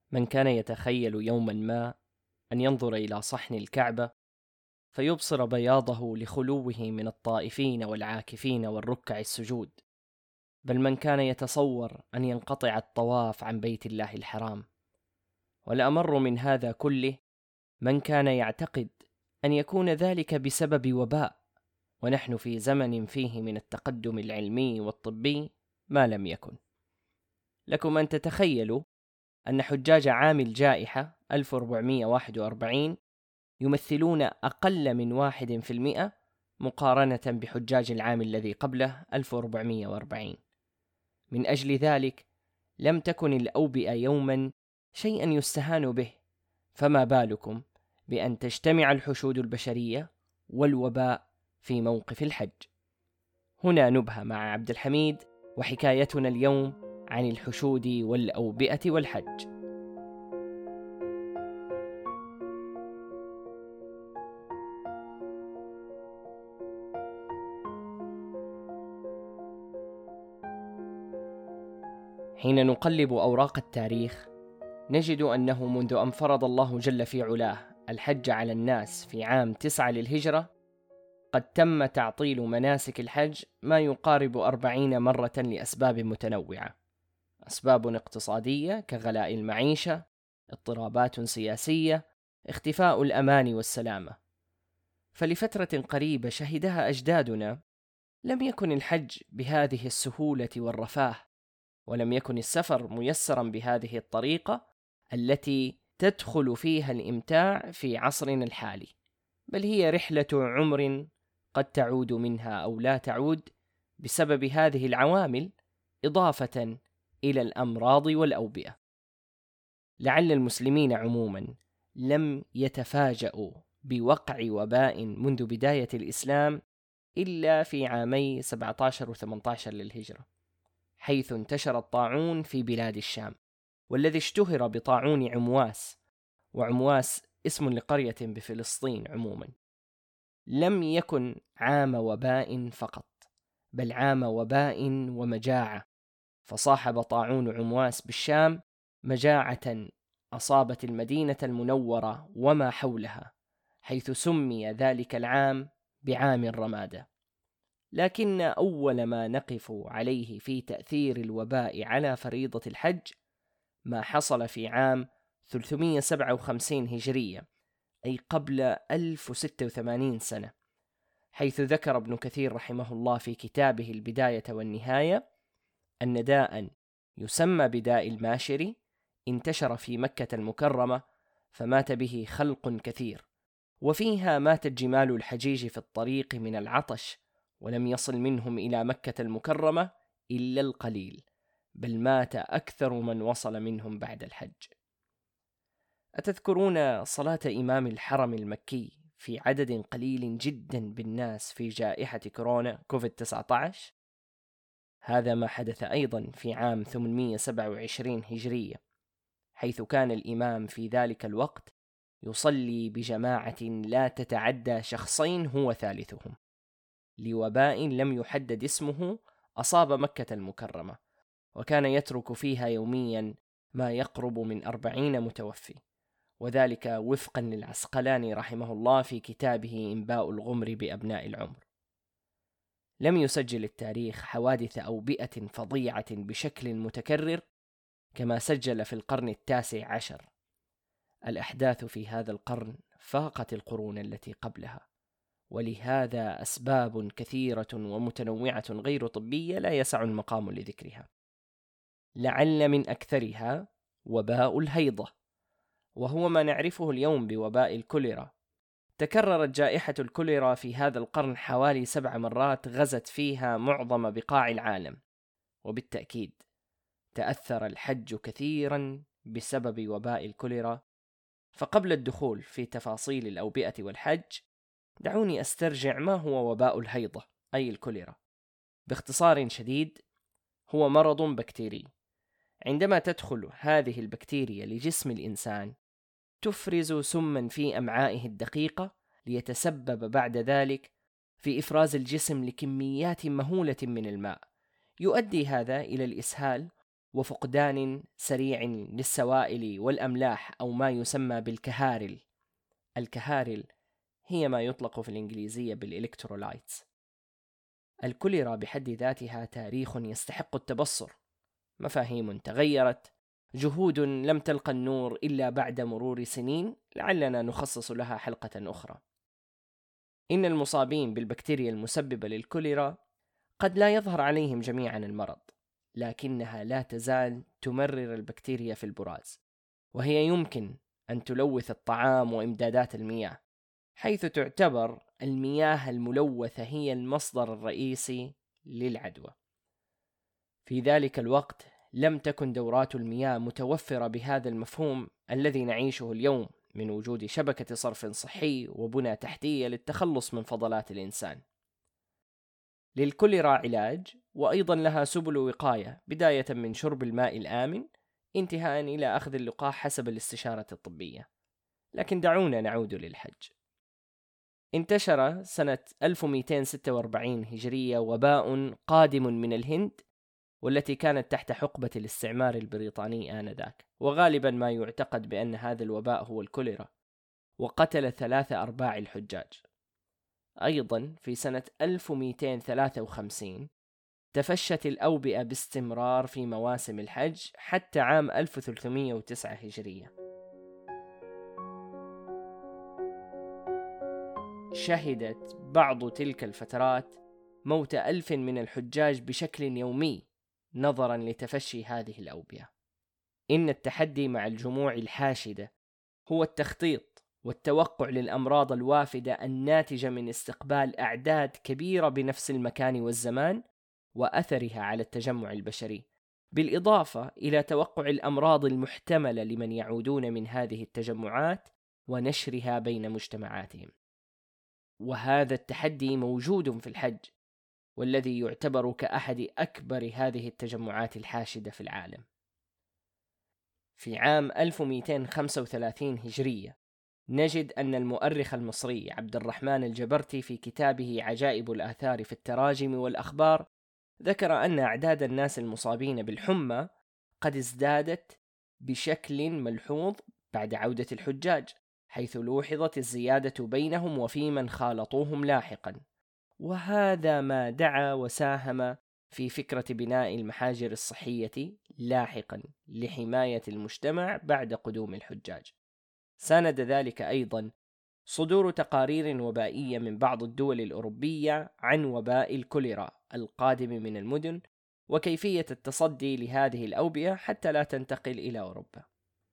من كان يتخيل يوما ما أن ينظر إلى صحن الكعبة فيبصر بياضه لخلوه من الطائفين والعاكفين والركع السجود، بل من كان يتصور أن ينقطع الطواف عن بيت الله الحرام. والأمر من هذا كله من كان يعتقد أن يكون ذلك بسبب وباء، ونحن في زمن فيه من التقدم العلمي والطبي ما لم يكن. لكم أن تتخيلوا أن حجاج عام الجائحة 1441 يمثلون أقل من 1% مقارنة بحجاج العام الذي قبله 1440. من أجل ذلك لم تكن الأوبئة يوما شيئا يستهان به، فما بالكم بأن تجتمع الحشود البشرية والوباء في موقف الحج. هنا نبهة مع عبد الحميد، وحكايتنا اليوم عن الحشود والأوبئة والحج. حين نقلب أوراق التاريخ نجد أنه منذ أن فرض الله جل في علاه الحج على الناس في عام 9 للهجرة قد تم تعطيل مناسك الحج ما يقارب 40 مرة لأسباب متنوعة: أسباب اقتصادية كغلاء المعيشة، اضطرابات سياسية، اختفاء الأمان والسلامة. فلفترة قريبة شهدها أجدادنا لم يكن الحج بهذه السهولة والرفاه، ولم يكن السفر ميسرا بهذه الطريقة التي تدخل فيها الإمتاع في عصرنا الحالي، بل هي رحلة عمر قد تعود منها أو لا تعود بسبب هذه العوامل، إضافة إلى الأمراض والأوبئة. لعل المسلمين عموما لم يتفاجؤوا بوقع وباء منذ بداية الإسلام إلا في عامي 17 و 18 للهجرة، حيث انتشر الطاعون في بلاد الشام، والذي اشتهر بطاعون عمواس، وعمواس اسم لقرية بفلسطين عموما. لم يكن عام وباء فقط، بل عام وباء ومجاعة، فصاحب طاعون عمواس بالشام مجاعة أصابت المدينة المنورة وما حولها، حيث سمي ذلك العام بعام الرمادة. لكن أول ما نقف عليه في تأثير الوباء على فريضة الحج ما حصل في عام 357 هجرية، أي قبل 1086 سنة، حيث ذكر ابن كثير رحمه الله في كتابه البداية والنهاية أن داء يسمى بداء الماشري انتشر في مكة المكرمة فمات به خلق كثير، وفيها ماتت جمال الحجيج في الطريق من العطش، ولم يصل منهم إلى مكة المكرمة إلا القليل، بل مات أكثر من وصل منهم بعد الحج. أتذكرون صلاة إمام الحرم المكي في عدد قليل جدا بالناس في جائحة كورونا كوفيد-19؟ هذا ما حدث أيضا في عام 827 هجرية، حيث كان الإمام في ذلك الوقت يصلي بجماعة لا تتعدى شخصين هو ثالثهم، لوباء لم يحدد اسمه أصاب مكة المكرمة، وكان يترك فيها يوميا ما يقرب من 40 متوفي، وذلك وفقا للعسقلاني رحمه الله في كتابه إنباء الغمر بأبناء العمر. لم يسجل التاريخ حوادث أوبئة فظيعة بشكل متكرر كما سجل في القرن 19. الأحداث في هذا القرن فاقت القرون التي قبلها، ولهذا أسباب كثيرة ومتنوعة غير طبية لا يسع المقام لذكرها. لعل من أكثرها وباء الهيضة، وهو ما نعرفه اليوم بوباء الكوليرا. تكررت جائحة الكوليرا في هذا القرن حوالي 7 مرات غزت فيها معظم بقاع العالم، وبالتأكيد تأثر الحج كثيرا بسبب وباء الكوليرا. فقبل الدخول في تفاصيل الأوبئة والحج دعوني أسترجع ما هو وباء الهيضة أي الكوليرا. باختصار شديد هو مرض بكتيري، عندما تدخل هذه البكتيريا لجسم الإنسان تفرز سما في أمعائه الدقيقة، ليتسبب بعد ذلك في إفراز الجسم لكميات مهولة من الماء، يؤدي هذا إلى الإسهال وفقدان سريع للسوائل والأملاح أو ما يسمى بالكهارل. الكهارل هي ما يطلق في الإنجليزية بالإلكترولايتس. الكوليرا بحد ذاتها تاريخ يستحق التبصر، مفاهيم تغيرت، جهود لم تلقى النور إلا بعد مرور سنين، لعلنا نخصص لها حلقة أخرى. إن المصابين بالبكتيريا المسببة للكوليرا قد لا يظهر عليهم جميعا المرض، لكنها لا تزال تمرر البكتيريا في البراز، وهي يمكن أن تلوث الطعام وإمدادات المياه، حيث تعتبر المياه الملوثة هي المصدر الرئيسي للعدوى. في ذلك الوقت لم تكن دورات المياه متوفرة بهذا المفهوم الذي نعيشه اليوم من وجود شبكة صرف صحي وبنى تحتية للتخلص من فضلات الإنسان. للكوليرا علاج، وأيضا لها سبل وقاية، بداية من شرب الماء الآمن انتهاء إلى أخذ اللقاح حسب الاستشارة الطبية. لكن دعونا نعود للحج. انتشر سنة 1246 هجرية وباء قادم من الهند، والتي كانت تحت حقبة الاستعمار البريطاني آنذاك، وغالبا ما يعتقد بأن هذا الوباء هو الكوليرا، وقتل 3/4 الحجاج. أيضا في سنة 1253 تفشت الأوبئة باستمرار في مواسم الحج حتى عام 1309 هجرية. شهدت بعض تلك الفترات موت 1000 من الحجاج بشكل يومي نظرا لتفشي هذه الأوبئة. إن التحدي مع الجموع الحاشدة هو التخطيط والتوقع للأمراض الوافدة الناتجة من استقبال أعداد كبيرة بنفس المكان والزمان وأثرها على التجمع البشري، بالإضافة إلى توقع الأمراض المحتملة لمن يعودون من هذه التجمعات ونشرها بين مجتمعاتهم. وهذا التحدي موجود في الحج، والذي يعتبر كأحد أكبر هذه التجمعات الحاشدة في العالم. في عام 1235 هجرية نجد أن المؤرخ المصري عبد الرحمن الجبرتي في كتابه عجائب الآثار في التراجم والأخبار ذكر أن أعداد الناس المصابين بالحمى قد ازدادت بشكل ملحوظ بعد عودة الحجاج، حيث لوحظت الزيادة بينهم وفي من خالطوهم لاحقا، وهذا ما دعا وساهم في فكرة بناء المحاجر الصحية لاحقا لحماية المجتمع بعد قدوم الحجاج. ساند ذلك أيضا صدور تقارير وبائية من بعض الدول الأوروبية عن وباء الكوليرا القادم من المدن وكيفية التصدي لهذه الأوبئة حتى لا تنتقل إلى أوروبا.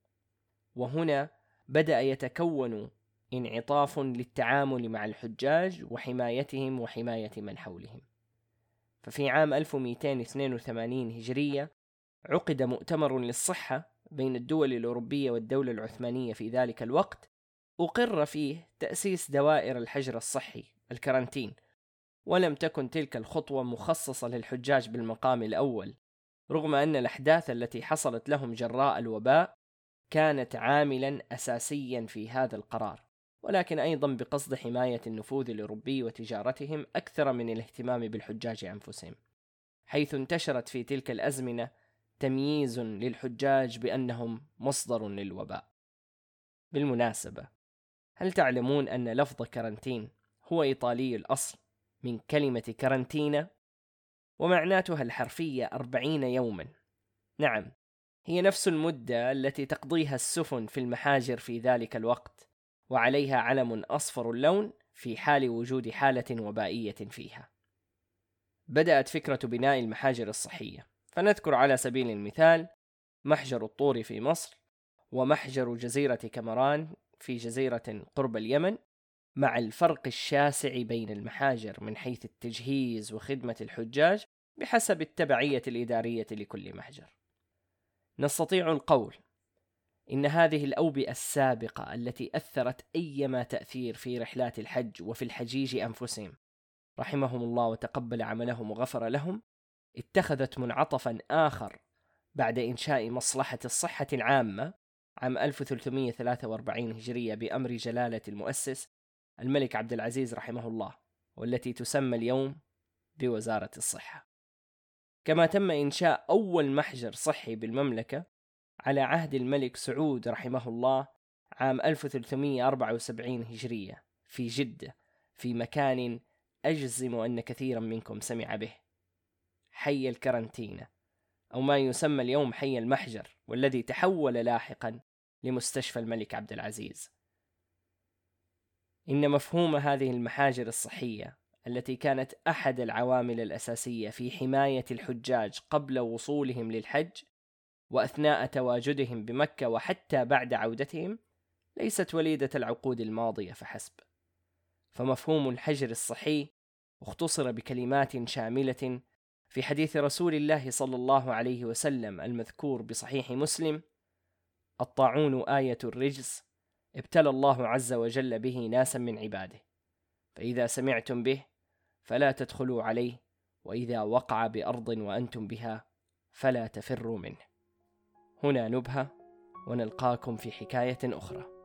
وهنا بدأ يتكون انعطاف للتعامل مع الحجاج وحمايتهم وحماية من حولهم. ففي عام 1282 هجرية عقد مؤتمر للصحة بين الدول الأوروبية والدولة العثمانية في ذلك الوقت، أقر فيه تأسيس دوائر الحجر الصحي الكارانتين، ولم تكن تلك الخطوة مخصصة للحجاج بالمقام الأول، رغم أن الأحداث التي حصلت لهم جراء الوباء كانت عاملا أساسيا في هذا القرار، ولكن أيضا بقصد حماية النفوذ الأوروبي وتجارتهم أكثر من الاهتمام بالحجاج أنفسهم، حيث انتشرت في تلك الأزمنة تمييز للحجاج بأنهم مصدر للوباء. بالمناسبة، هل تعلمون أن لفظ كارانتين هو إيطالي الأصل من كلمة كارانتينا، ومعناتها الحرفية 40 يوما؟ نعم، هي نفس المدة التي تقضيها السفن في المحاجر في ذلك الوقت، وعليها علم أصفر اللون في حال وجود حالة وبائية فيها. بدأت فكرة بناء المحاجر الصحية، فنذكر على سبيل المثال محجر الطور في مصر، ومحجر جزيرة كامران في جزيرة قرب اليمن، مع الفرق الشاسع بين المحاجر من حيث التجهيز وخدمة الحجاج بحسب التبعية الإدارية لكل محجر. نستطيع القول إن هذه الأوبئة السابقة التي أثرت أيما تأثير في رحلات الحج وفي الحجيج أنفسهم رحمهم الله وتقبل عملهم وغفر لهم، اتخذت منعطفا آخر بعد إنشاء مصلحة الصحة العامة عام 1343 هجرية بأمر جلالة المؤسس الملك عبد العزيز رحمه الله، والتي تسمى اليوم بوزارة الصحة. كما تم إنشاء أول محجر صحي بالمملكة على عهد الملك سعود رحمه الله عام 1374 هجرية في جدة، في مكان أجزم أن كثيرا منكم سمع به، حي الكرنتينة، أو ما يسمى اليوم حي المحجر، والذي تحول لاحقا لمستشفى الملك عبد العزيز. إن مفهوم هذه المحاجر الصحية التي كانت أحد العوامل الأساسية في حماية الحجاج قبل وصولهم للحج وأثناء تواجدهم بمكة وحتى بعد عودتهم ليست وليدة العقود الماضية فحسب، فمفهوم الحجر الصحي اختصر بكلمات شاملة في حديث رسول الله صلى الله عليه وسلم المذكور بصحيح مسلم: الطاعون آية الرجس، ابتلى الله عز وجل به ناسا من عباده، فإذا سمعتم به فلا تدخلوا عليه، وإذا وقع بأرض وأنتم بها فلا تفروا منه. هنا نبهة، ونلقاكم في حكاية أخرى.